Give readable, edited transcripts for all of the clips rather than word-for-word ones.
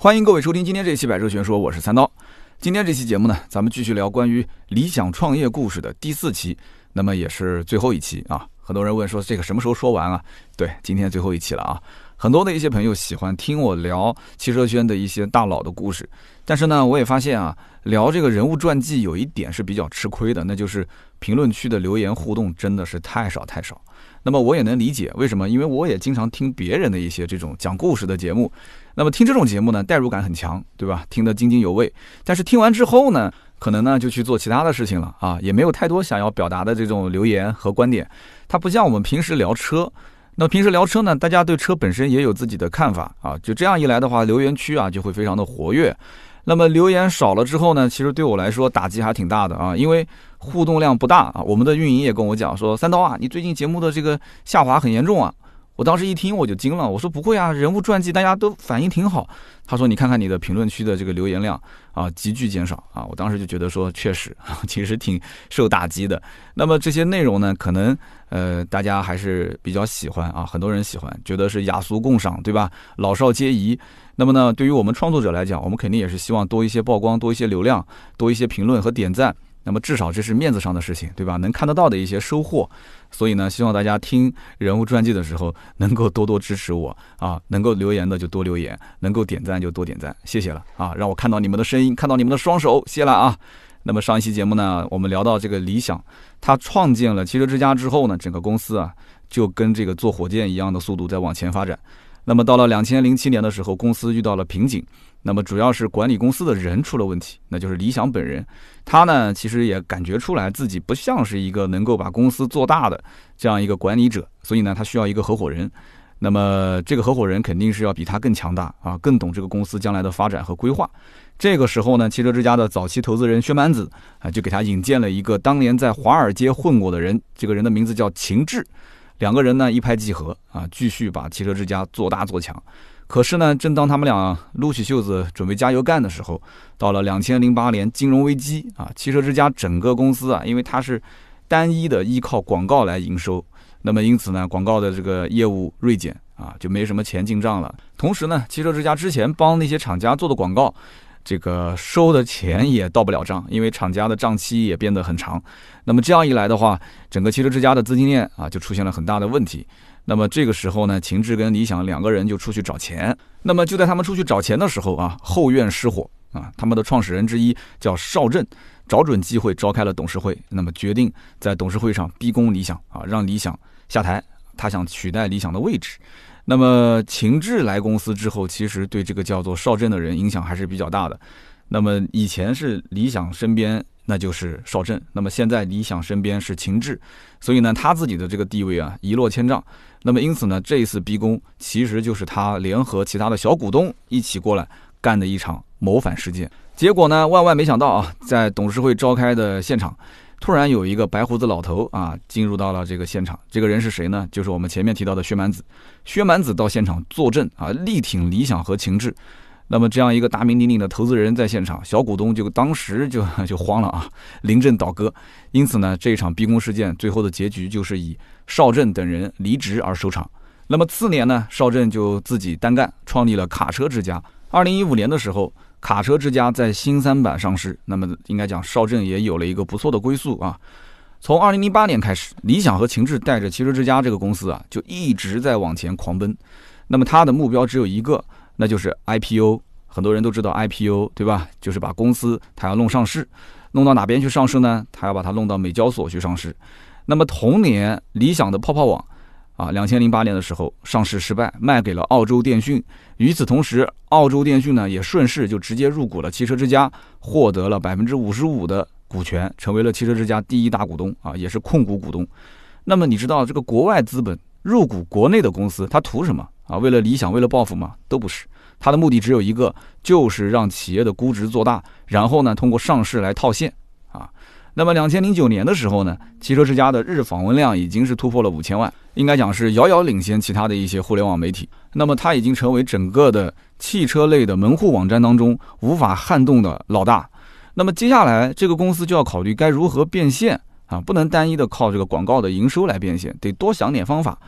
欢迎各位收听今天这期百车全说，我是三刀。今天这期节目呢，咱们继续聊关于理想创业故事的第4期，那么也是最后一期啊。很多人问说这个什么时候说完啊？对，今天最后一期了啊。很多的一些朋友喜欢听我聊汽车圈的一些大佬的故事，但是呢，我也发现啊，聊这个人物传记有一点是比较吃亏的，那就是评论区的留言互动真的是太少。那么我也能理解为什么，因为我也经常听别人的一些这种讲故事的节目，那么听这种节目呢，代入感很强，对吧？听得津津有味，但是听完之后呢，可能呢就去做其他的事情了啊，也没有太多想要表达的这种留言和观点。它不像我们平时聊车，那平时聊车呢，大家对车本身也有自己的看法啊，就这样一来的话，留言区啊就会非常的活跃。那么留言少了之后呢，其实对我来说打击还挺大的啊，因为互动量不大啊。我们的运营也跟我讲说，三刀啊，你最近节目的这个下滑很严重啊。我当时一听我就惊了，我说不会啊，人物传记大家都反应挺好。他说你看看你的评论区的这个留言量啊，急剧减少啊。我当时就觉得说确实其实挺受打击的。那么这些内容呢，可能大家还是比较喜欢啊，很多人喜欢，觉得是雅俗共赏，对吧？老少皆宜。那么呢，对于我们创作者来讲，我们肯定也是希望多一些曝光，多一些流量，多一些评论和点赞。那么至少这是面子上的事情，对吧？能看得到的一些收获。所以呢，希望大家听人物传记的时候能够多多支持我啊，能够留言的就多留言，能够点赞就多点赞，谢谢了啊，让我看到你们的声音，看到你们的双手，谢了啊。那么上一期节目呢，我们聊到这个理想，他创建了汽车之家之后呢，整个公司啊就跟这个坐火箭一样的速度在往前发展。那么到了2007年的时候，公司遇到了瓶颈，那么主要是管理公司的人出了问题，那就是理想本人。他呢其实也感觉出来自己不像是一个能够把公司做大的这样一个管理者，所以呢他需要一个合伙人。那么这个合伙人肯定是要比他更强大啊，更懂这个公司将来的发展和规划。这个时候呢，汽车之家的早期投资人薛蛮子啊，就给他引荐了一个当年在华尔街混过的人，这个人的名字叫秦志。两个人呢一拍即合啊，继续把汽车之家做大做强。可是呢，正当他们俩撸起袖子准备加油干的时候，到了2008年金融危机啊，汽车之家整个公司啊，因为它是单一的依靠广告来营收，那么因此呢，广告的这个业务锐减啊，就没什么钱进账了。同时呢，汽车之家之前帮那些厂家做的广告，这个收的钱也到不了账，因为厂家的账期也变得很长。那么这样一来的话，整个汽车之家的资金链啊就出现了很大的问题。那么这个时候呢，秦志跟理想两个人就出去找钱。那么就在他们出去找钱的时候啊，后院失火啊，他们的创始人之一叫邵震，找准机会召开了董事会，那么决定在董事会上逼宫理想啊，让理想下台，他想取代理想的位置。那么秦志来公司之后，其实对这个叫做邵震的人影响还是比较大的。那么以前是理想身边那就是邵震，那么现在理想身边是秦志，所以呢他自己的这个地位啊一落千丈。那么因此呢，这一次逼宫其实就是他联合其他的小股东一起过来干的一场谋反事件。结果呢，万万没想到啊，在董事会召开的现场，突然有一个白胡子老头啊进入到了这个现场。这个人是谁呢？就是我们前面提到的薛蛮子。薛蛮子到现场坐镇啊，力挺理想和秦志。那么这样一个大名鼎鼎的投资人在现场，小股东就当时就慌了啊，临阵倒戈。因此呢，这一场逼宫事件最后的结局就是以邵震等人离职而收场。那么次年呢，邵震就自己单干，创立了卡车之家。2015年的时候，卡车之家在新三板上市，那么应该讲邵震也有了一个不错的归宿啊。从2008年开始，理想和秦志带着汽车之家这个公司啊，就一直在往前狂奔。那么他的目标只有一个，那就是 IPO。很多人都知道 IPO 对吧？就是把公司他要弄上市，弄到哪边去上市呢？他要把它弄到美交所去上市。那么同年，理想的泡泡网啊，2008年的时候上市失败，卖给了澳洲电讯。与此同时，澳洲电讯呢也顺势就直接入股了汽车之家，获得了55%的股权，成为了汽车之家第一大股东啊，也是控股股东。那么你知道这个国外资本入股国内的公司，他图什么啊？为了理想，为了报复吗？都不是。他的目的只有一个，就是让企业的估值做大，然后呢，通过上市来套现啊。那么2009年的时候呢，汽车之家的日访问量已经是突破了5000万，应该讲是遥遥领先其他的一些互联网媒体。那么它已经成为整个的汽车类的门户网站当中无法撼动的老大。那么接下来这个公司就要考虑该如何变现啊，不能单一的靠这个广告的营收来变现，得多想点方法。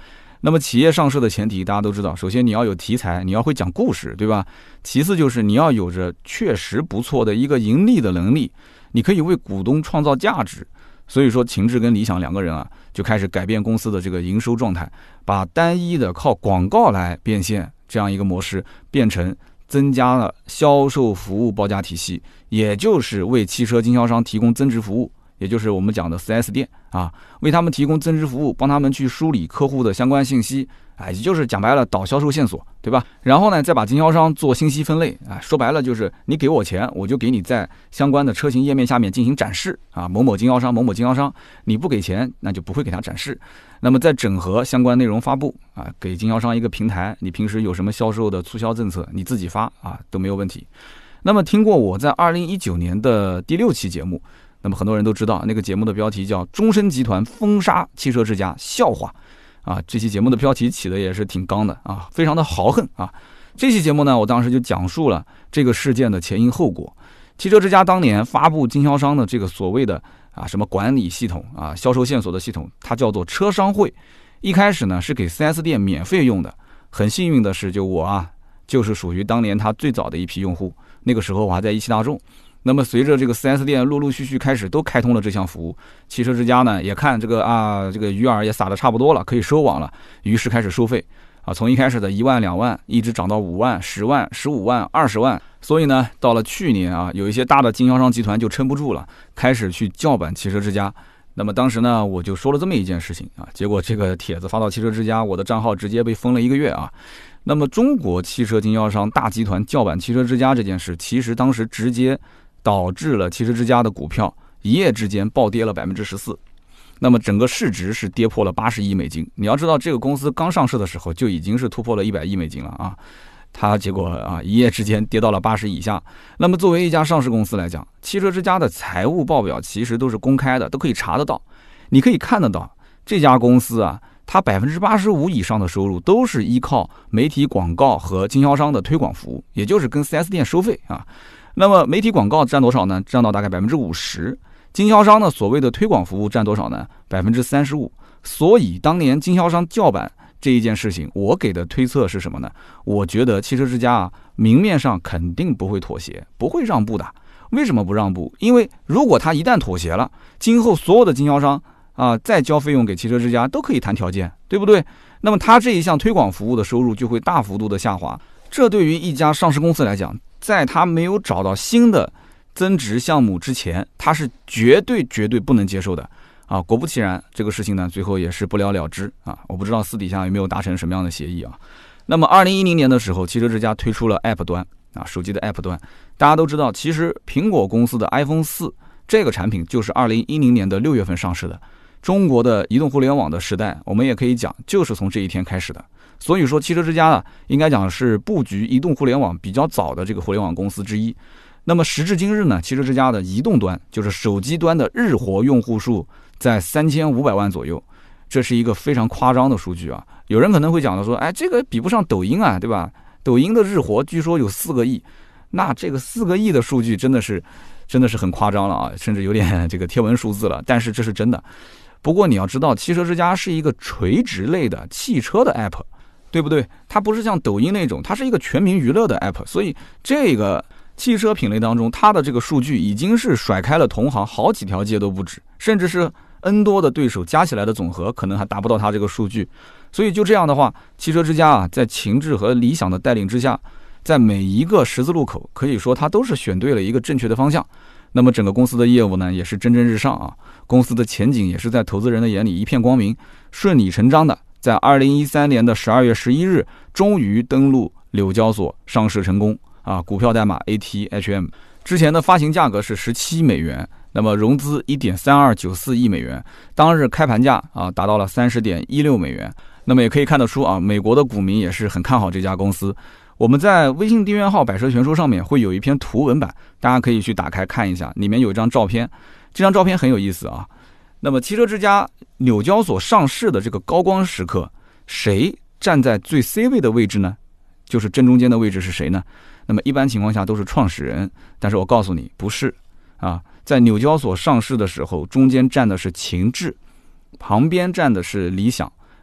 那么企业上市的前提大家都知道，首先你要有题材，你要会讲故事，对吧？其次就是你要有着确实不错的一个盈利的能力，你可以为股东创造价值。所以说秦志跟理想两个人啊，就开始改变公司的这个营收状态，把单一的靠广告来变现这样一个模式变成增加了销售服务报价体系，也就是为汽车经销商提供增值服务，也就是我们讲的 4S 店啊，为他们提供增值服务，帮他们去梳理客户的相关信息，也就是讲白了导销售线索，对吧？然后呢，再把经销商做信息分类，说白了就是你给我钱，我就给你在相关的车型页面下面进行展示啊，某某经销商，某某经销商，你不给钱，那就不会给他展示。那么再整合相关内容发布啊，给经销商一个平台，你平时有什么销售的促销政策，你自己发啊都没有问题。那么听过我在2019年的第6期节目。那么很多人都知道那个节目的标题叫中升集团封杀汽车之家笑话啊，这期节目的标题起的也是挺刚的啊，非常的豪横啊。这期节目呢，我当时就讲述了这个事件的前因后果。汽车之家当年发布经销商的这个所谓的什么管理系统啊，销售线索的系统，它叫做车商会。一开始呢是给 4S 店免费用的，很幸运的是就我就是属于当年他最早的一批用户，那个时候我还在一汽大众。那么随着这个 4S 店陆陆续续开始都开通了这项服务，汽车之家呢也看这个鱼饵也撒得差不多了，可以收网了，于是开始收费从一开始的1万2万一直涨到5万10万15万20万。所以呢到了去年有一些大的经销商集团就撑不住了，开始去叫板汽车之家。那么当时呢我就说了这么一件事情结果这个帖子发到汽车之家，我的账号直接被封了1个月那么中国汽车经销商大集团叫板汽车之家这件事，其实当时直接导致了汽车之家的股票一夜之间暴跌了 14%， 那么整个市值是跌破了80亿美金。你要知道这个公司刚上市的时候就已经是突破了100亿美金了它结果一夜之间跌到了80以下。那么作为一家上市公司来讲，汽车之家的财务报表其实都是公开的，都可以查得到，你可以看得到这家公司它 85% 以上的收入都是依靠媒体广告和经销商的推广服务，也就是跟 4S 店收费那么媒体广告占多少呢？占到大概 50%。 经销商的所谓的推广服务占多少呢？ 35%。 所以当年经销商叫板这一件事情，我给的推测是什么呢？我觉得汽车之家明面上肯定不会妥协，不会让步的。为什么不让步？因为如果他一旦妥协了，今后所有的经销商再交费用给汽车之家都可以谈条件，对不对？那么他这一项推广服务的收入就会大幅度的下滑，这对于一家上市公司来讲，在他没有找到新的增值项目之前，他是绝对不能接受的果不其然，这个事情呢最后也是不了了之我不知道私底下有没有达成什么样的协议那么2010年的时候，汽车之家推出了 App 端手机的 App 端。大家都知道，其实苹果公司的 iPhone 4这个产品就是2010年的6月份上市的。中国的移动互联网的时代，我们也可以讲就是从这一天开始的。所以说汽车之家应该讲是布局移动互联网比较早的这个互联网公司之一。那么时至今日呢，汽车之家的移动端就是手机端的日活用户数在3500万左右，这是一个非常夸张的数据有人可能会讲的说，这个比不上抖音对吧？抖音的日活据说有4个亿，那这个4个亿的数据真的是很夸张了甚至有点这个天文数字了，但是这是真的。不过你要知道，汽车之家是一个垂直类的汽车的 app， 对不对？它不是像抖音那种，它是一个全民娱乐的 app， 所以这个汽车品类当中，它的这个数据已经是甩开了同行好几条街都不止，甚至是 N 多的对手加起来的总和可能还达不到它这个数据。所以就这样的话，汽车之家在秦志和理想的带领之下，在每一个十字路口，可以说它都是选对了一个正确的方向。那么整个公司的业务呢，也是蒸蒸日上公司的前景也是在投资人的眼里一片光明，顺理成章的在2013年的12月11日终于登陆纽交所上市成功股票代码 ATHM。 之前的发行价格是17美元，那么融资 1.3294 亿美元，当日开盘价达到了 30.16 美元。那么也可以看得出美国的股民也是很看好这家公司。我们在微信订阅号百车全说上面会有一篇图文版，大家可以去打开看一下，里面有一张照片，这张照片很有意思那么汽车之家纽交所上市的这个高光时刻，谁站在最 C 位的位置呢？就是正中间的位置是谁呢？那么一般情况下都是创始人，但是我告诉你不是在纽交所上市的时候，中间站的是秦志，旁边站的是理想，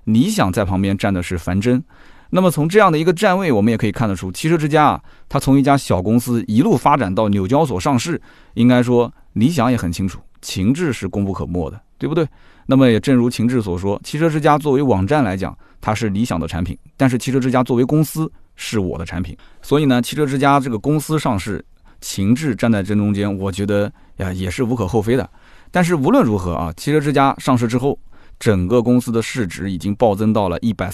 理想在旁边站的是樊真。那么从这样的一个站位，我们也可以看得出，汽车之家啊，它从一家小公司一路发展到纽交所上市，应该说理想也很清楚，情志是功不可没的，对不对？那么也正如情志所说，汽车之家作为网站来讲，它是理想的产品，但是汽车之家作为公司是我的产品。所以呢，汽车之家这个公司上市，情志站在正中间，我觉得也是无可厚非的。但是无论如何啊，汽车之家上市之后，整个公司的市值已经暴增到了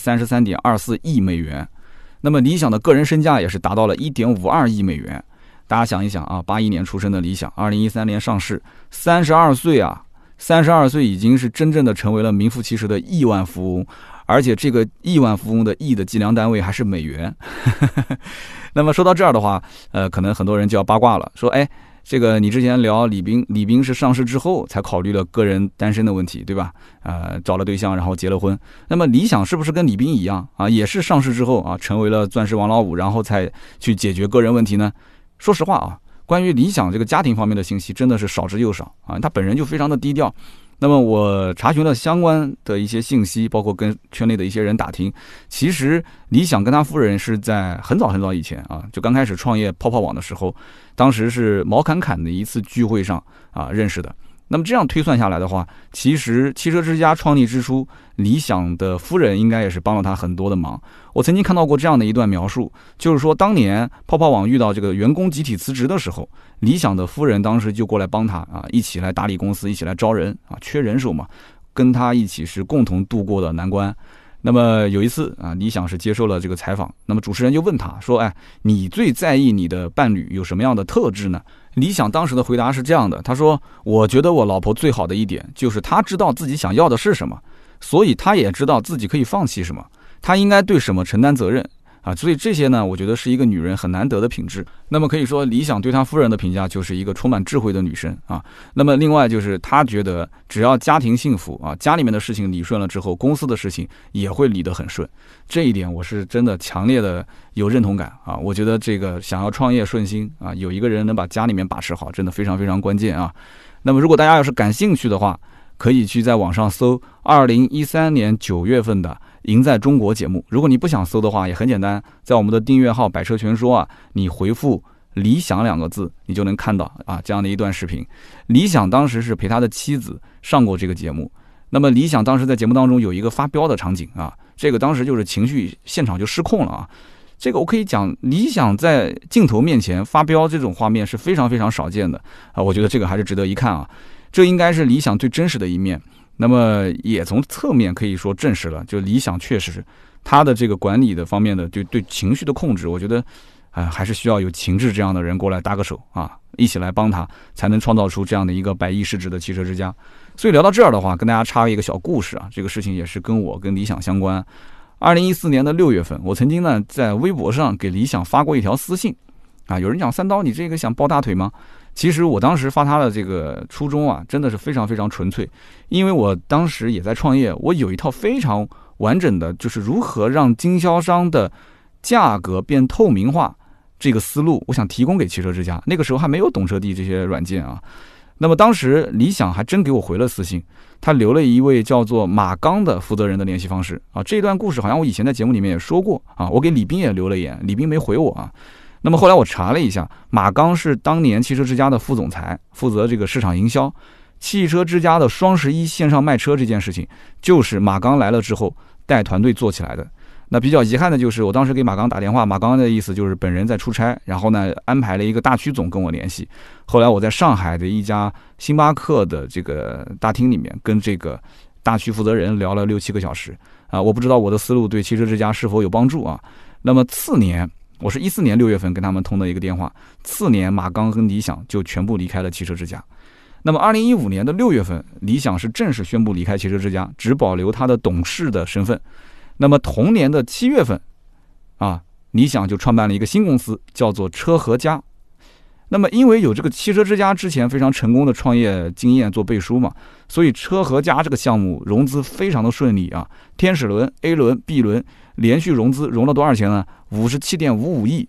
133.24亿美元。那么理想的个人身价也是达到了1.52亿美元。大家想一想啊，81年出生的理想，2013年上市，32岁啊，32岁已经是真正的成为了名副其实的亿万富翁，而且这个亿万富翁的亿的计量单位还是美元。那么说到这儿的话，可能很多人就要八卦了，说，哎，这个你之前聊李斌是上市之后才考虑了个人单身的问题，对吧？找了对象，然后结了婚。那么理想是不是跟李斌一样啊，也是上市之后啊，成为了钻石王老五，然后才去解决个人问题呢？说实话啊，关于理想这个家庭方面的信息真的是少之又少啊，他本人就非常的低调。那么我查询了相关的一些信息，包括跟圈内的一些人打听，其实理想跟他夫人是在很早很早以前啊，就刚开始创业泡泡网的时候，当时是毛侃侃的一次聚会上啊认识的。那么这样推算下来的话，其实汽车之家创立之初，理想的夫人应该也是帮了他很多的忙。我曾经看到过这样的一段描述，就是说当年泡泡网遇到这个员工集体辞职的时候，理想的夫人当时就过来帮他啊，一起来打理公司，一起来招人啊，缺人手嘛，跟他一起是共同度过的难关。那么有一次啊，理想是接受了这个采访，那么主持人就问他说，哎，你最在意你的伴侣有什么样的特质呢？理想当时的回答是这样的，他说，我觉得我老婆最好的一点就是她知道自己想要的是什么，所以她也知道自己可以放弃什么，她应该对什么承担责任啊，所以这些呢，我觉得是一个女人很难得的品质。那么可以说，理想对他夫人的评价就是一个充满智慧的女生啊。那么另外就是他觉得，只要家庭幸福啊，家里面的事情理顺了之后，公司的事情也会理得很顺。这一点我是真的强烈的有认同感啊。我觉得这个想要创业顺心啊，有一个人能把家里面把持好，真的非常非常关键啊。那么如果大家要是感兴趣的话，可以去在网上搜2013年9月份的赢在中国节目。如果你不想搜的话，也很简单，在我们的订阅号百车全说啊，你回复理想2个字，你就能看到啊这样的一段视频。理想当时是陪他的妻子上过这个节目，那么理想当时在节目当中有一个发飙的场景啊，这个当时就是情绪现场就失控了啊。这个我可以讲，理想在镜头面前发飙这种画面是非常非常少见的啊，我觉得这个还是值得一看啊。这应该是理想最真实的一面。那么也从侧面可以说证实了，就理想确实他的这个管理的方面的对情绪的控制，我觉得还是需要有情志这样的人过来搭个手啊，一起来帮他，才能创造出这样的一个100亿市值的汽车之家。所以聊到这儿的话，跟大家插一个小故事啊，这个事情也是跟我跟理想相关。2014年的6月份，我曾经呢在微博上给理想发过一条私信啊，有人讲三刀你这个想抱大腿吗？其实我当时发他的这个初衷啊，真的是非常非常纯粹，因为我当时也在创业，我有一套非常完整的，就是如何让经销商的价格变透明化这个思路，我想提供给汽车之家。那个时候还没有懂车帝这些软件啊。那么当时理想还真给我回了私信，他留了一位叫做马刚的负责人的联系方式啊。这段故事好像我以前在节目里面也说过啊，我给李斌也留了言，李斌没回我啊。那么后来我查了一下，马刚是当年汽车之家的副总裁，负责这个市场营销。汽车之家的双11线上卖车这件事情，就是马刚来了之后带团队做起来的。那比较遗憾的就是，我当时给马刚打电话，马刚的意思就是本人在出差，然后呢安排了一个大区总跟我联系。后来我在上海的一家星巴克的这个大厅里面，跟这个大区负责人聊了6-7个小时啊。我不知道我的思路对汽车之家是否有帮助啊。那么次年，我是14年6月份跟他们通的一个电话，次年马刚跟理想就全部离开了汽车之家。那么2015年的6月份，理想是正式宣布离开汽车之家，只保留他的董事的身份。那么同年的7月份啊，理想就创办了一个新公司，叫做车和家。那么因为有这个汽车之家之前非常成功的创业经验做背书嘛，所以车和家这个项目融资非常的顺利啊，天使轮、A 轮、B 轮连续融资融了多少钱呢？57.55亿。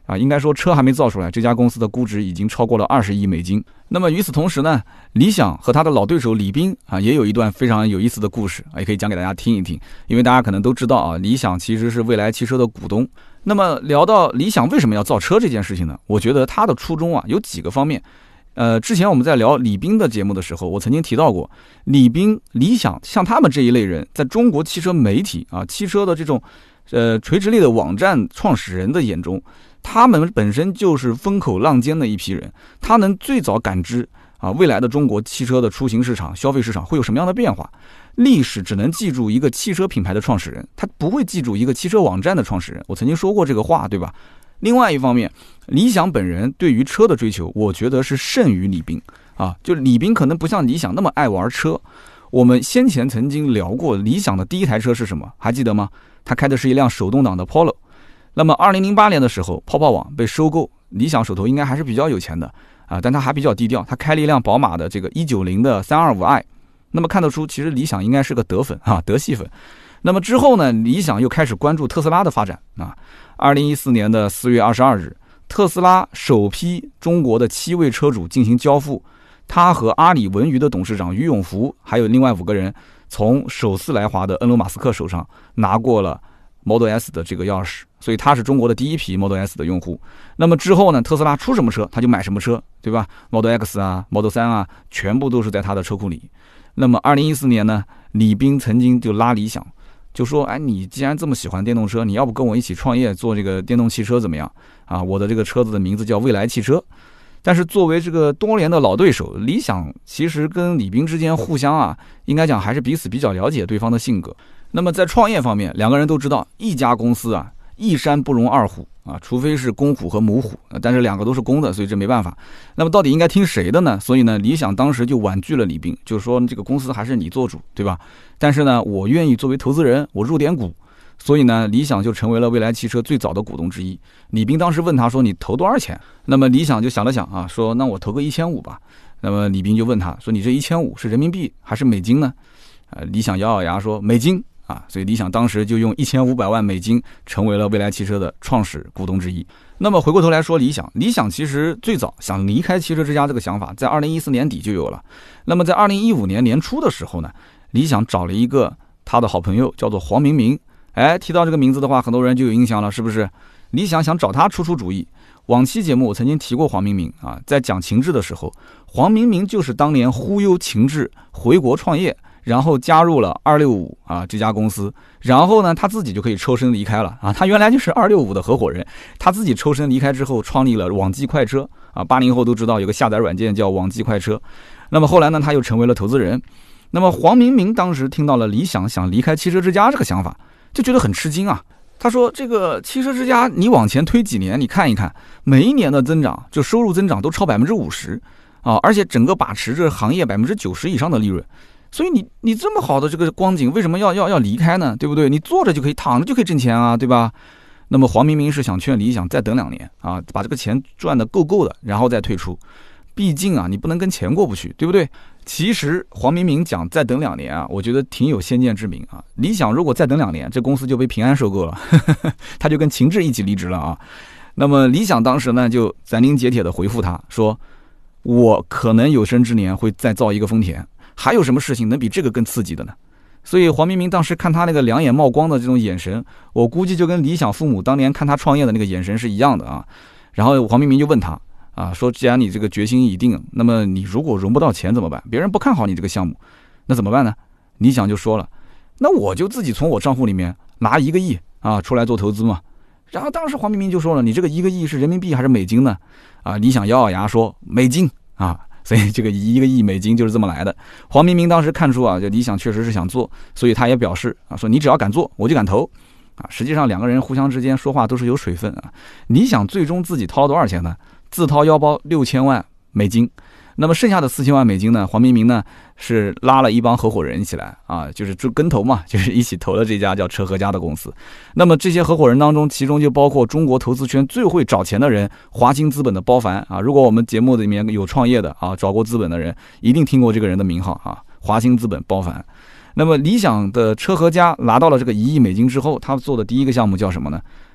啊，应该说车还没造出来，这家公司的估值已经超过了20亿美金。那么与此同时呢，理想和他的老对手李斌啊，也有一段非常有意思的故事，也可以讲给大家听一听。因为大家可能都知道啊，理想其实是蔚来汽车的股东。那么聊到理想为什么要造车这件事情呢，我觉得他的初衷啊有几个方面。之前我们在聊李斌的节目的时候，我曾经提到过，李斌、理想像他们这一类人，在中国汽车媒体啊、汽车的这种垂直类的网站创始人的眼中，他们本身就是风口浪尖的一批人，他能最早感知啊未来的中国汽车的出行市场、消费市场会有什么样的变化。历史只能记住一个汽车品牌的创始人，他不会记住一个汽车网站的创始人。我曾经说过这个话，对吧？另外一方面，理想本人对于车的追求，我觉得是胜于李斌啊。就李斌可能不像理想那么爱玩车。我们先前曾经聊过，理想的第一台车是什么？还记得吗？他开的是一辆手动挡的 Polo。那么2008年的时候，泡泡网被收购，理想手头应该还是比较有钱的啊，但他还比较低调，他开了一辆宝马的这个190的 325i。那么看得出，其实理想应该是个德粉啊，德系粉。那么之后呢，理想又开始关注特斯拉的发展啊。2014年的4月22日，特斯拉首批中国的7位车主进行交付，他和阿里文娱的董事长于永福还有另外5个人，从首次来华的恩隆马斯克手上拿过了 Model S 的这个钥匙，所以他是中国的第一批 Model S 的用户。那么之后呢，特斯拉出什么车他就买什么车，对吧？ Model X 啊 Model 3啊，全部都是在他的车库里。那么2014年呢，李斌曾经就拉理想，就说哎，你既然这么喜欢电动车，你要不跟我一起创业做这个电动汽车怎么样啊？我的这个车子的名字叫蔚来汽车。但是作为这个多年的老对手，理想其实跟李斌之间互相啊，应该讲还是彼此比较了解对方的性格。那么在创业方面，两个人都知道，一家公司啊，一山不容二虎啊，除非是公虎和母虎，但是两个都是公的，所以这没办法。那么到底应该听谁的呢？所以呢，理想当时就婉拒了李斌，就说这个公司还是你做主，对吧？但是呢，我愿意作为投资人，我入点股。所以呢，理想就成为了蔚来汽车最早的股东之一。李斌当时问他说：“你投多少钱？”那么理想就想了想啊，说：“那我投个1500吧。”那么李斌就问他说：“你这1500是人民币还是美金呢？”理想咬咬牙说：“美金啊！”所以理想当时就用1500万美金成为了蔚来汽车的创始股东之一。那么回过头来说，理想其实最早想离开汽车之家这个想法，在2014年底就有了。那么在2015年年初的时候呢，理想找了一个他的好朋友，叫做黄明明。提到这个名字的话，很多人就有印象了，是不是？理想想找他出主意。往期节目我曾经提过黄明明啊，在讲秦志的时候，黄明明就是当年忽悠秦志回国创业，然后加入了265啊这家公司，然后呢他自己就可以抽身离开了啊。他原来就是265的合伙人，他自己抽身离开之后，创立了网际快车啊。80后都知道有个下载软件叫网际快车。那么后来呢，他又成为了投资人。那么黄明明当时听到了理想想离开汽车之家这个想法，就觉得很吃惊啊。他说这个汽车之家你往前推几年，你看一看每一年的增长，就收入增长都超50%啊，而且整个把持着行业90%以上的利润。所以你这么好的这个光景，为什么要离开呢？对不对？你坐着就可以，躺着就可以挣钱啊，对吧？那么黄明明是想劝理想再等2年啊，把这个钱赚得够的，然后再退出。毕竟啊，你不能跟钱过不去，对不对？其实黄明明讲再等2年啊，我觉得挺有先见之明啊。理想如果再等2年，这公司就被平安收购了，他就跟秦志一起离职了啊。那么理想当时呢，就斩钉截铁的回复他说：“我可能有生之年会再造一个丰田，还有什么事情能比这个更刺激的呢？”所以黄明明当时看他那个两眼冒光的这种眼神，我估计就跟理想父母当年看他创业的那个眼神是一样的啊。然后黄明明就问他啊，说既然你这个决心已定，那么你如果融不到钱怎么办？别人不看好你这个项目，那怎么办呢？理想就说了，那我就自己从我账户里面拿1个亿啊出来做投资嘛。然后当时黄明明就说了，你这个1个亿是人民币还是美金呢？啊，理想咬咬牙说美金啊，所以这个1个亿美金就是这么来的。黄明明当时看出啊，这理想确实是想做，所以他也表示啊，说你只要敢做，我就敢投。啊，实际上2个人互相之间说话都是有水分啊。理想最终自己掏了多少钱呢？自掏腰包6000万美金，那么剩下的4000万美金呢？黄明明呢是拉了一帮合伙人一起来啊，就是跟投嘛，就是一起投了这家叫车和家的公司。那么这些合伙人当中，其中就包括中国投资圈最会找钱的人，华兴资本的包凡啊。如果我们节目里面有创业的啊，找过资本的人，一定听过这个人的名号啊，华兴资本包凡。那么理想的车和家拿到了这个1亿美金之后，他做的第一个项目叫什么呢？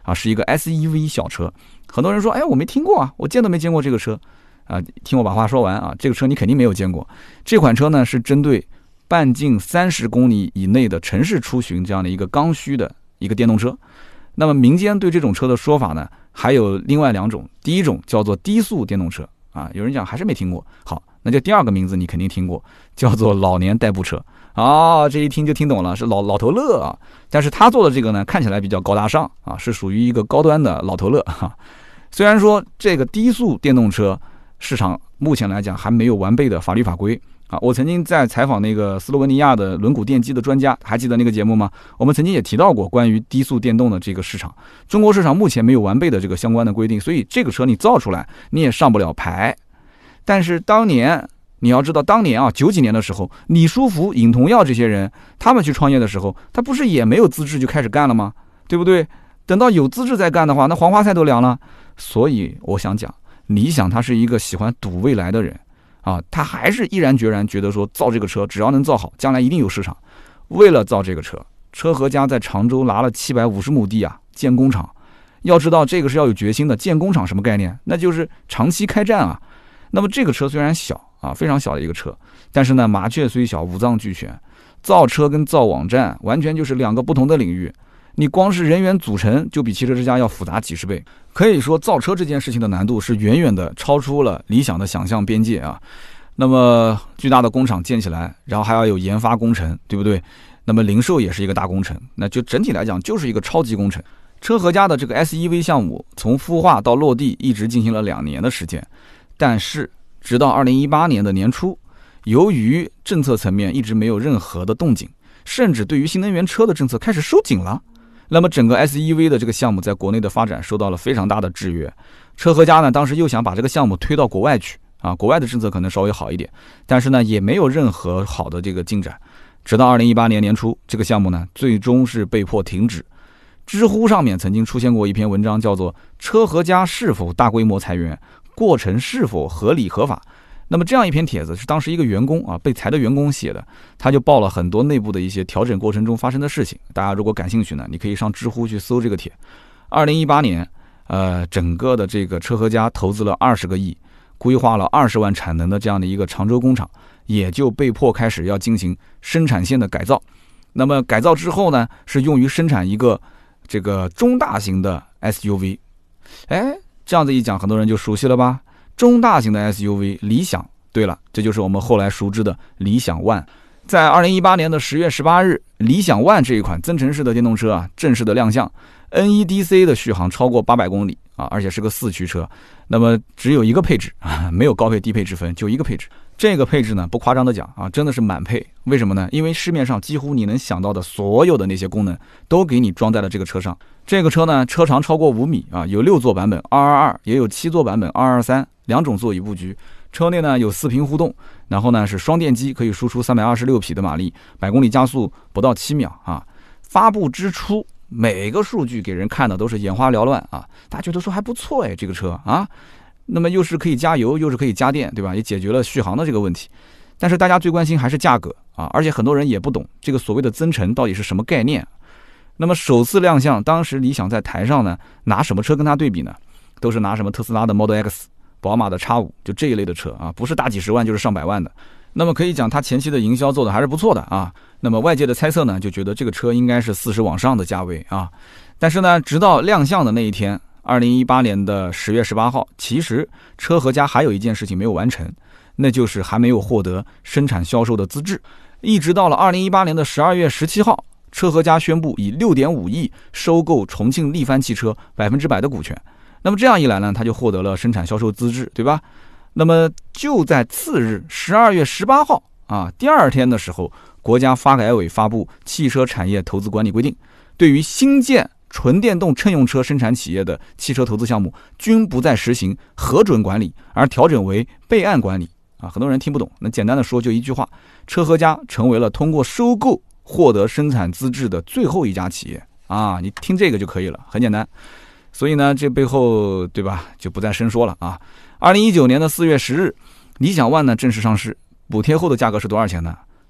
啊，是一个 SEV 小车。很多人说，哎，我没听过啊，我见都没见过这个车啊。听我把话说完啊，这个车你肯定没有见过。这款车呢是针对半径30公里以内的城市出行这样的一个刚需的一个电动车。那么民间对这种车的说法呢，还有另外2种。第一种叫做低速电动车啊，有人讲还是没听过。好，那就第2个名字你肯定听过，叫做老年代步车啊。这一听就听懂了，是老头乐啊。但是他做的这个呢，看起来比较高大上啊，是属于一个高端的老头乐哈。虽然说这个低速电动车市场目前来讲还没有完备的法律法规啊，我曾经在采访那个斯洛文尼亚的轮毂电机的专家，还记得那个节目吗？我们曾经也提到过关于低速电动的这个市场，中国市场目前没有完备的这个相关的规定，所以这个车你造出来你也上不了牌。但是当年你要知道，当年啊90几年的时候，李书福、尹同耀这些人他们去创业的时候，他不是也没有资质就开始干了吗？对不对？等到有资质再干的话，那黄花菜都凉了。所以我想讲，理想他是一个喜欢赌未来的人啊，他还是毅然决然觉得说造这个车只要能造好，将来一定有市场。为了造这个车，车和家在常州拿了750亩地啊，建工厂。要知道这个是要有决心的，建工厂什么概念？那就是长期开战啊。那么这个车虽然小啊，非常小的一个车，但是呢，麻雀虽小，五脏俱全。造车跟造网站完全就是2个不同的领域。你光是人员组成就比汽车之家要复杂几10倍，可以说造车这件事情的难度是远远的超出了理想的想象边界啊。那么巨大的工厂建起来，然后还要有研发工程，对不对？那么零售也是一个大工程，那就整体来讲就是一个超级工程。车和家的这个 SEV 项目从孵化到落地一直进行了2年的时间，但是直到2018年的年初，由于政策层面一直没有任何的动静，甚至对于新能源车的政策开始收紧了。那么整个 SEV 的这个项目在国内的发展受到了非常大的制约。车和家呢，当时又想把这个项目推到国外去啊，国外的政策可能稍微好一点，但是呢也没有任何好的这个进展。直到2018年年初，这个项目呢最终是被迫停止。知乎上面曾经出现过一篇文章，叫做车和家是否大规模裁员，过程是否合理合法。那么这样一篇帖子是当时一个员工啊，被裁的员工写的，他就报了很多内部的一些调整过程中发生的事情。大家如果感兴趣呢，你可以上知乎去搜这个帖。2018年，整个的这个车和家投资了20个亿，规划了20万产能的这样的一个常州工厂，也就被迫开始要进行生产线的改造。那么改造之后呢，是用于生产一个这个中大型的 SUV。哎，这样子一讲，很多人就熟悉了吧？中大型的 SUV 理想，对了，这就是我们后来熟知的理想 ONE。 在2018年的10月18日，理想 ONE 这一款增程式的电动车啊，正式的亮相。NEDC 的续航超过800公里啊，而且是个4驱车。那么只有一个配置啊，没有高配低配之分，就一个配置。这个配置呢，不夸张的讲啊，真的是满配。为什么呢？因为市面上几乎你能想到的所有的那些功能都给你装在了这个车上。这个车呢，车长超过5米啊，有6座版本222，也有7座版本223，两种座椅布局。车内呢有4屏互动，然后呢是双电机，可以输出326匹的马力，100公里加速不到7秒啊。发布之初，每个数据给人看的都是眼花缭乱啊，大家觉得说还不错哎，这个车啊，那么又是可以加油，又是可以加电，对吧？也解决了续航的这个问题。但是大家最关心还是价格啊，而且很多人也不懂这个所谓的增程到底是什么概念。那么首次亮相，当时理想在台上呢，拿什么车跟它对比呢？都是拿什么特斯拉的 Model X、宝马的 X5， 就这一类的车啊，不是大几十万就是上百万的。那么可以讲，它前期的营销做的还是不错的啊。那么外界的猜测呢，就觉得这个车应该是40往上的价位啊。但是呢，直到亮相的那一天，2018年的10月18号，其实车和家还有一件事情没有完成，那就是还没有获得生产销售的资质。一直到了2018年的12月17号，车和家宣布以6.5亿收购重庆力帆汽车100%的股权。那么这样一来呢，他就获得了生产销售资质，对吧？那么就在次日12月18号啊，第二天的时候，国家发改委发布《汽车产业投资管理规定》，对于新建纯电动乘用车生产企业的汽车投资项目，均不再实行核准管理，而调整为备案管理啊。很多人听不懂，那简单的说就一句话，车和家成为了通过收购获得生产资质的最后一家企业啊。你听这个就可以了，很简单。所以呢，这背后对吧，就不再深说了啊。2019年的4月10日，理想 ONE 呢正式上市，补贴后的价格是多少钱呢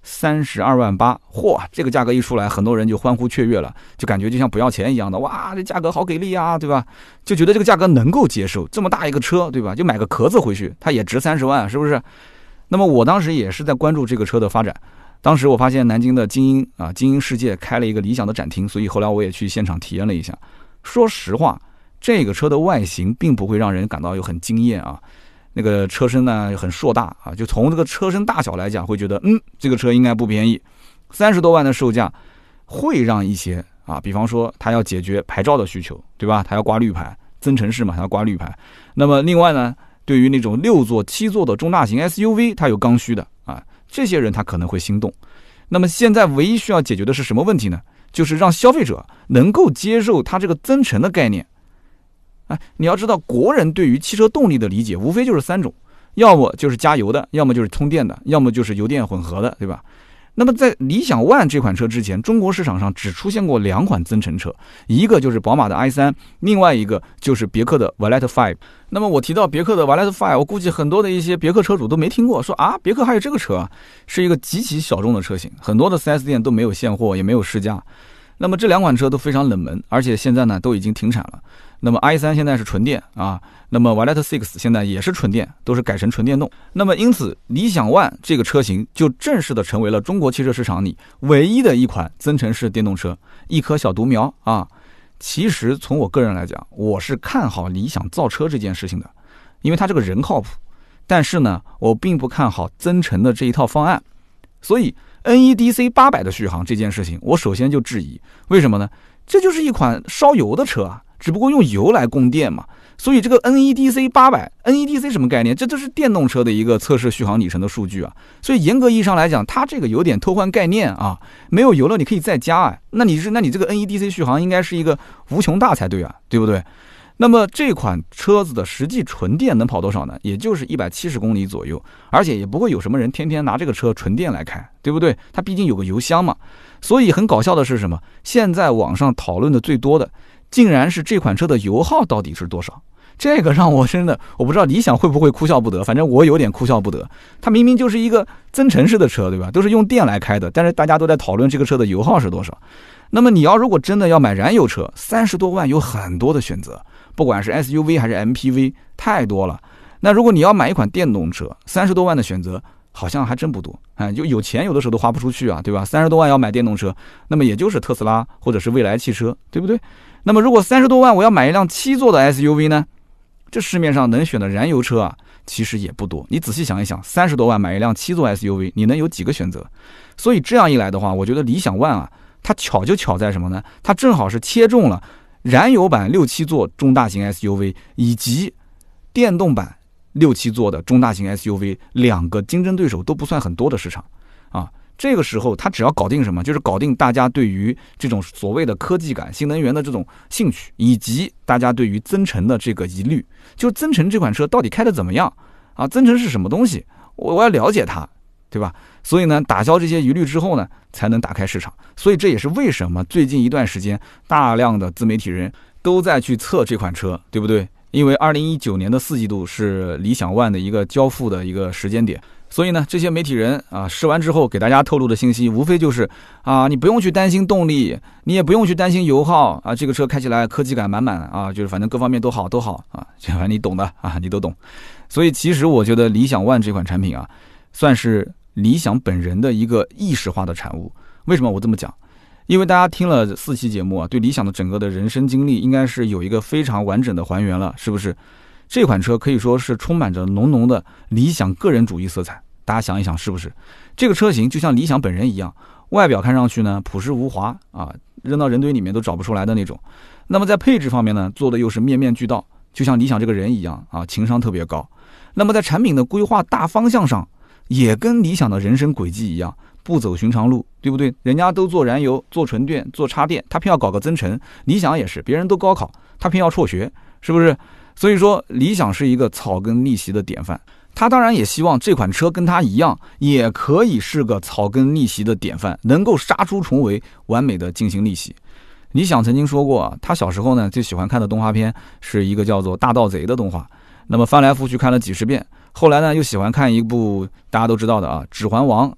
32万8，嚯，这个价格一出来，很多人就欢呼雀跃了，就感觉就像不要钱一样的，哇，这价格好给力啊，对吧？就觉得这个价格能够接受，这么大一个车，对吧？就买个壳子回去，它也值30万，是不是？那么我当时也是在关注这个车的发展，当时我发现南京的精英世界开了一个理想的展厅，所以后来我也去现场体验了一下。说实话，这个车的外形并不会让人感到有很惊艳啊。那个车身呢很硕大啊，就从这个车身大小来讲，会觉得这个车应该不便宜，30多万的售价会让一些比方说它要解决牌照的需求，对吧？它要挂绿牌，增程式嘛，它要挂绿牌。那么另外呢，对于那种6座、7座的中大型 SUV， 它有刚需的这些人他可能会心动。那么现在唯一需要解决的是什么问题呢？就是让消费者能够接受它这个增程的概念。你要知道，国人对于汽车动力的理解无非就是3种，要么就是加油的，要么就是充电的，要么就是油电混合的，对吧？那么在理想ONE这款车之前，中国市场上只出现过2款增程车，一个就是宝马的 i3， 另外一个就是别克的 Veloce 5。那么我提到别克的 Veloce 5，我估计很多的一些别克车主都没听过，说别克还有这个车是一个极其小众的车型，很多的 4S 店都没有现货，也没有试驾。那么这2款车都非常冷门，而且现在呢都已经停产了。那么 i3 现在是纯电那么 Veloce 6现在也是纯电，都是改成纯电动。那么因此理想ONE这个车型就正式的成为了中国汽车市场里唯一的一款增程式电动车，一棵小独苗其实从我个人来讲，我是看好理想造车这件事情的，因为它这个人靠谱。但是呢，我并不看好增程的这一套方案。所以 NEDC 800的续航这件事情，我首先就质疑。为什么呢？这就是一款烧油的车只不过用油来供电嘛。所以这个 NEDC 800，NEDC 什么概念？这就是电动车的一个测试续航里程的数据所以严格意义上来讲，它这个有点偷换概念没有油了你可以再加那你这个 NEDC 续航应该是一个无穷大才对对不对？那么这款车子的实际纯电能跑多少呢？也就是170公里左右，而且也不会有什么人天天拿这个车纯电来开，对不对？它毕竟有个油箱嘛。所以很搞笑的是什么？现在网上讨论的最多的竟然是这款车的油耗到底是多少。这个让我真的，我不知道理想会不会哭笑不得，反正我有点哭笑不得。它明明就是一个增程式的车，对吧？都是用电来开的，但是大家都在讨论这个车的油耗是多少。那么你如果真的要买燃油车，30多万有很多的选择，不管是 SUV 还是 MPV， 太多了。那如果你要买一款电动车，30多万的选择好像还真不多就有钱有的时候都花不出去对吧？30多万要买电动车，那么也就是特斯拉或者是蔚来汽车，对不对？那么如果30多万我要买一辆7座的 SUV 呢？这市面上能选的燃油车其实也不多。你仔细想一想，30多万买一辆7座 SUV， 你能有几个选择？所以这样一来的话，我觉得理想ONE它巧就巧在什么呢？它正好是切中了燃油版6、7座中大型 SUV 以及电动版6、7座的中大型 SUV 2个竞争对手都不算很多的市场这个时候它只要搞定什么？就是搞定大家对于这种所谓的科技感、新能源的这种兴趣，以及大家对于增程的这个疑虑。就增程这款车到底开得怎么样增程是什么东西？我要了解它，对吧？所以呢，打消这些疑虑之后呢，才能打开市场。所以这也是为什么最近一段时间大量的自媒体人都在去测这款车，对不对？因为2019年的4季度是理想ONE的一个交付的一个时间点。所以呢，这些媒体人试完之后给大家透露的信息，无非就是你不用去担心动力，你也不用去担心油耗这个车开起来科技感满满就是反正各方面都好反正你懂的你都懂。所以其实我觉得理想ONE这款产品算是理想本人的一个意识化的产物。为什么我这么讲？因为大家听了4期节目对理想的整个的人生经历应该是有一个非常完整的还原了，是不是？这款车可以说是充满着浓浓的理想个人主义色彩，大家想一想是不是？这个车型就像理想本人一样，外表看上去呢朴实无华扔到人堆里面都找不出来的那种。那么在配置方面呢，做的又是面面俱到，就像理想这个人一样情商特别高。那么在产品的规划大方向上，也跟理想的人生轨迹一样，不走寻常路，对不对？人家都做燃油、做纯电、做插电，他偏要搞个增程。理想也是，别人都高考，他偏要辍学，是不是？所以说理想是一个草根逆袭的典范，他当然也希望这款车跟他一样，也可以是个草根逆袭的典范，能够杀出重围，完美的进行逆袭。理想曾经说过他小时候呢最喜欢看的动画片是一个叫做《大盗贼》的动画，那么翻来覆去看了几十遍。后来呢又喜欢看一部大家都知道的指环王。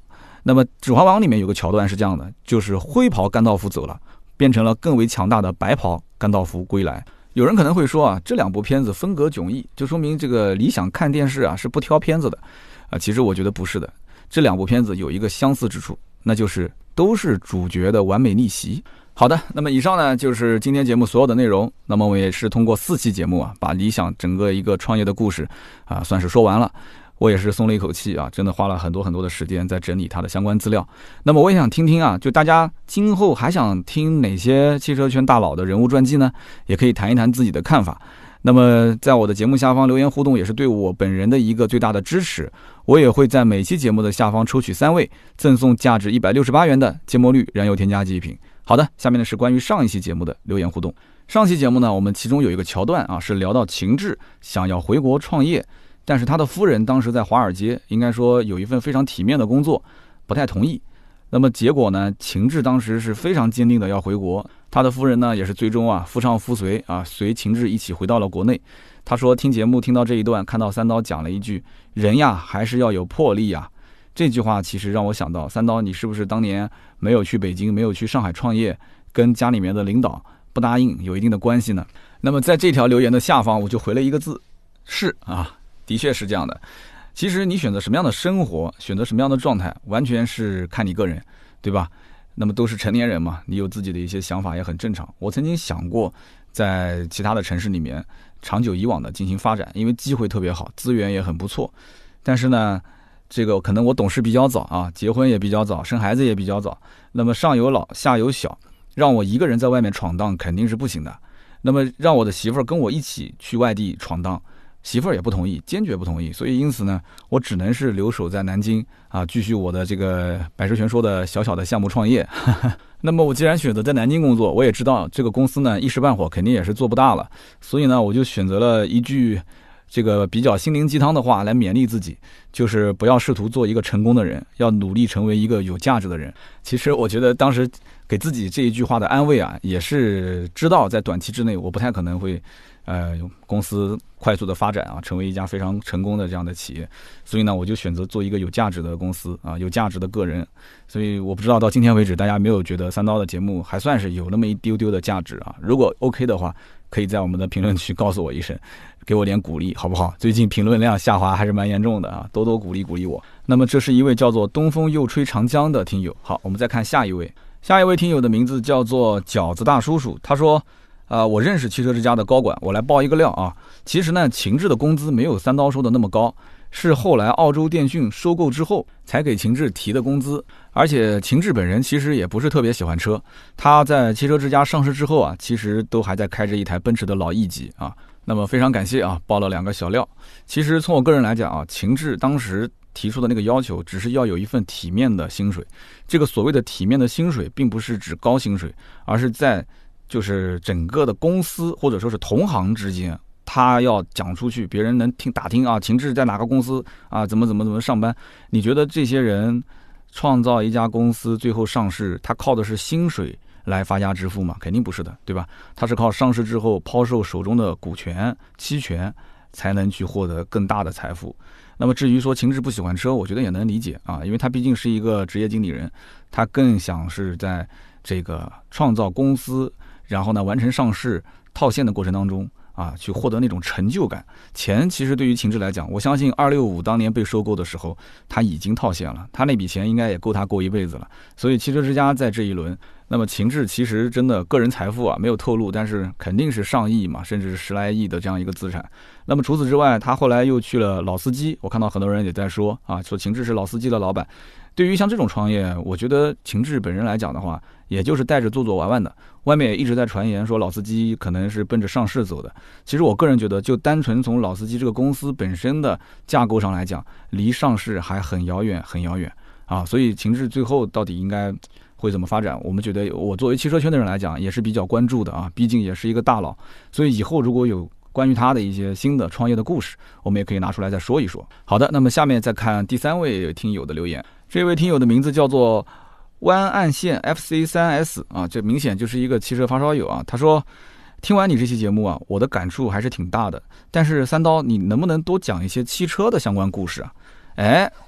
那么《指环王》里面有个桥段是这样的，就是灰袍甘道夫走了，变成了更为强大的白袍甘道夫归来。有人可能会说啊，这两部片子风格迥异，就说明这个理想看电视啊是不挑片子的其实我觉得不是的，这两部片子有一个相似之处，那就是都是主角的完美逆袭。好的，那么以上呢就是今天节目所有的内容。那么我也是通过4期节目啊，把理想整个一个创业的故事算是说完了。我也是松了一口气啊，真的花了很多的时间在整理它的相关资料。那么我也想听听啊，就大家今后还想听哪些汽车圈大佬的人物传记呢？也可以谈一谈自己的看法。那么在我的节目下方留言互动，也是对我本人的一个最大的支持。我也会在每期节目的下方抽取3位，赠送价值168元的芥末绿燃油添加剂一瓶。好的，下面呢是关于上一期节目的留言互动。上期节目呢，我们其中有一个桥段啊，是聊到秦志想要回国创业，但是他的夫人当时在华尔街，应该说有一份非常体面的工作，不太同意。那么结果呢，秦志当时是非常坚定的要回国，他的夫人呢也是最终夫唱妇随随秦志一起回到了国内。他说听节目听到这一段，看到三刀讲了一句人呀还是要有魄力啊，这句话其实让我想到，三刀你是不是当年没有去北京，没有去上海创业，跟家里面的领导不答应有一定的关系呢？那么在这条留言的下方我就回了一个字，是啊，的确是这样的。其实你选择什么样的生活，选择什么样的状态，完全是看你个人，对吧？那么都是成年人嘛，你有自己的一些想法也很正常。我曾经想过在其他的城市里面长久以往的进行发展，因为机会特别好，资源也很不错。但是呢，这个可能我懂事比较早啊，结婚也比较早，生孩子也比较早。那么上有老下有小，让我一个人在外面闯荡肯定是不行的。那么让我的媳妇儿跟我一起去外地闯荡，媳妇儿也不同意，坚决不同意。所以因此呢，我只能是留守在南京继续我的这个百事全说的小小的项目创业。那么我既然选择在南京工作，我也知道这个公司呢一时半会肯定也是做不大了，所以呢我就选择了一句这个比较心灵鸡汤的话来勉励自己，就是不要试图做一个成功的人，要努力成为一个有价值的人。其实我觉得当时给自己这一句话的安慰也是知道在短期之内我不太可能会公司快速的发展成为一家非常成功的这样的企业，所以呢我就选择做一个有价值的公司有价值的个人。所以我不知道到今天为止大家没有觉得三刀的节目还算是有那么一丢丢的价值如果 OK 的话，可以在我们的评论区告诉我一声，给我点鼓励好不好？最近评论量下滑还是蛮严重的多多鼓励鼓励我。那么这是一位叫做东风又吹长江的听友。好，我们再看下一位听友的名字叫做饺子大叔叔。他说我认识汽车之家的高管，我来爆一个料其实呢秦志的工资没有三刀说的那么高，是后来澳洲电讯收购之后才给秦志提的工资。而且秦志本人其实也不是特别喜欢车，他在汽车之家上市之后其实都还在开着一台奔驰的老 E 级那么非常感谢爆了2个小料。其实从我个人来讲秦志当时提出的那个要求只是要有一份体面的薪水。这个所谓的体面的薪水并不是指高薪水，而是在就是整个的公司或者说是同行之间，他要讲出去，别人能打听秦志在哪个公司怎么上班。你觉得这些人创造一家公司最后上市，他靠的是薪水来发家致富吗？肯定不是的，对吧？他是靠上市之后抛售手中的股权期权才能去获得更大的财富。那么至于说秦志不喜欢车，我觉得也能理解因为他毕竟是一个职业经理人，他更想是在这个创造公司，然后呢完成上市套现的过程当中去获得那种成就感。钱其实对于秦志来讲，我相信265当年被收购的时候他已经套现了，他那笔钱应该也够他过一辈子了。所以汽车之家在这一轮，那么秦志其实真的个人财富没有透露，但是肯定是上亿嘛，甚至是10来亿的这样一个资产。那么除此之外，他后来又去了老司机，我看到很多人也在说说秦志是老司机的老板。对于像这种创业，我觉得秦志本人来讲的话，也就是带着做做玩玩的。外面也一直在传言说老司机可能是奔着上市走的。其实我个人觉得，就单纯从老司机这个公司本身的架构上来讲，离上市还很遥远很遥远所以秦志最后到底应该会怎么发展，我们觉得我作为汽车圈的人来讲也是比较关注的毕竟也是一个大佬。所以以后如果有关于他的一些新的创业的故事，我们也可以拿出来再说一说。好的，那么下面再看第3位听友的留言。这位听友的名字叫做湾岸线 FC3S 这明显就是一个汽车发烧友他说听完你这期节目我的感触还是挺大的，但是三刀你能不能多讲一些汽车的相关故事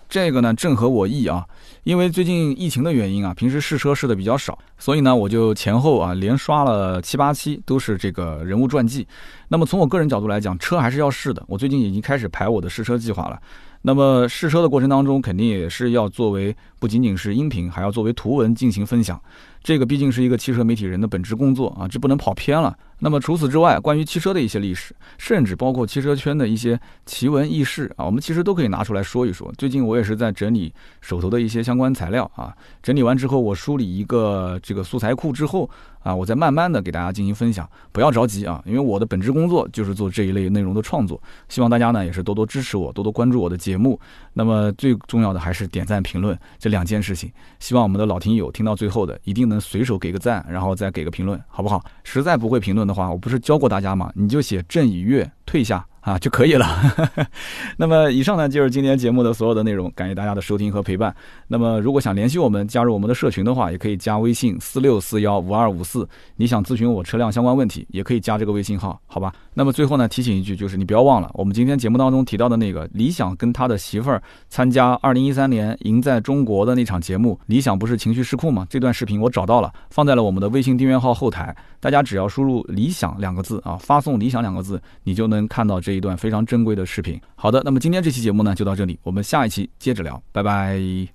这个呢正合我意啊，因为最近疫情的原因啊，平时试车试的比较少，所以呢我就前后啊连刷了7、8期都是这个人物传记。那么从我个人角度来讲，车还是要试的，我最近已经开始排我的试车计划了。那么试车的过程当中，肯定也是要作为不仅仅是音频，还要作为图文进行分享。这个毕竟是一个汽车媒体人的本职工作啊，这不能跑偏了。那么除此之外，关于汽车的一些历史，甚至包括汽车圈的一些奇闻异事啊，我们其实都可以拿出来说一说。最近我也是在整理手头的一些相关材料啊，整理完之后，我梳理一个这个素材库之后啊，我再慢慢的给大家进行分享。不要着急啊，因为我的本职工作就是做这一类内容的创作，希望大家呢也是多多支持我，多多关注我的节目。那么最重要的还是点赞评论这2件事情，希望我们的老听友听到最后的一定能随手给个赞，然后再给个评论，好不好？实在不会评论的话，我不是教过大家吗？你就写郑以月退下啊就可以了。那么以上呢就是今天节目的所有的内容，感谢大家的收听和陪伴。那么如果想联系我们，加入我们的社群的话，也可以加微信46415254，你想咨询我车辆相关问题，也可以加这个微信号，好吧？那么最后呢提醒一句，就是你不要忘了我们今天节目当中提到的那个理想跟他的媳妇儿参加2013年赢在中国的那场节目，理想不是情绪失控吗？这段视频我找到了，放在了我们的微信订阅号后台，大家只要输入理想2个字啊，发送理想2个字，你就能看到这一段非常珍贵的视频。好的，那么今天这期节目呢就到这里，我们下一期接着聊，拜拜。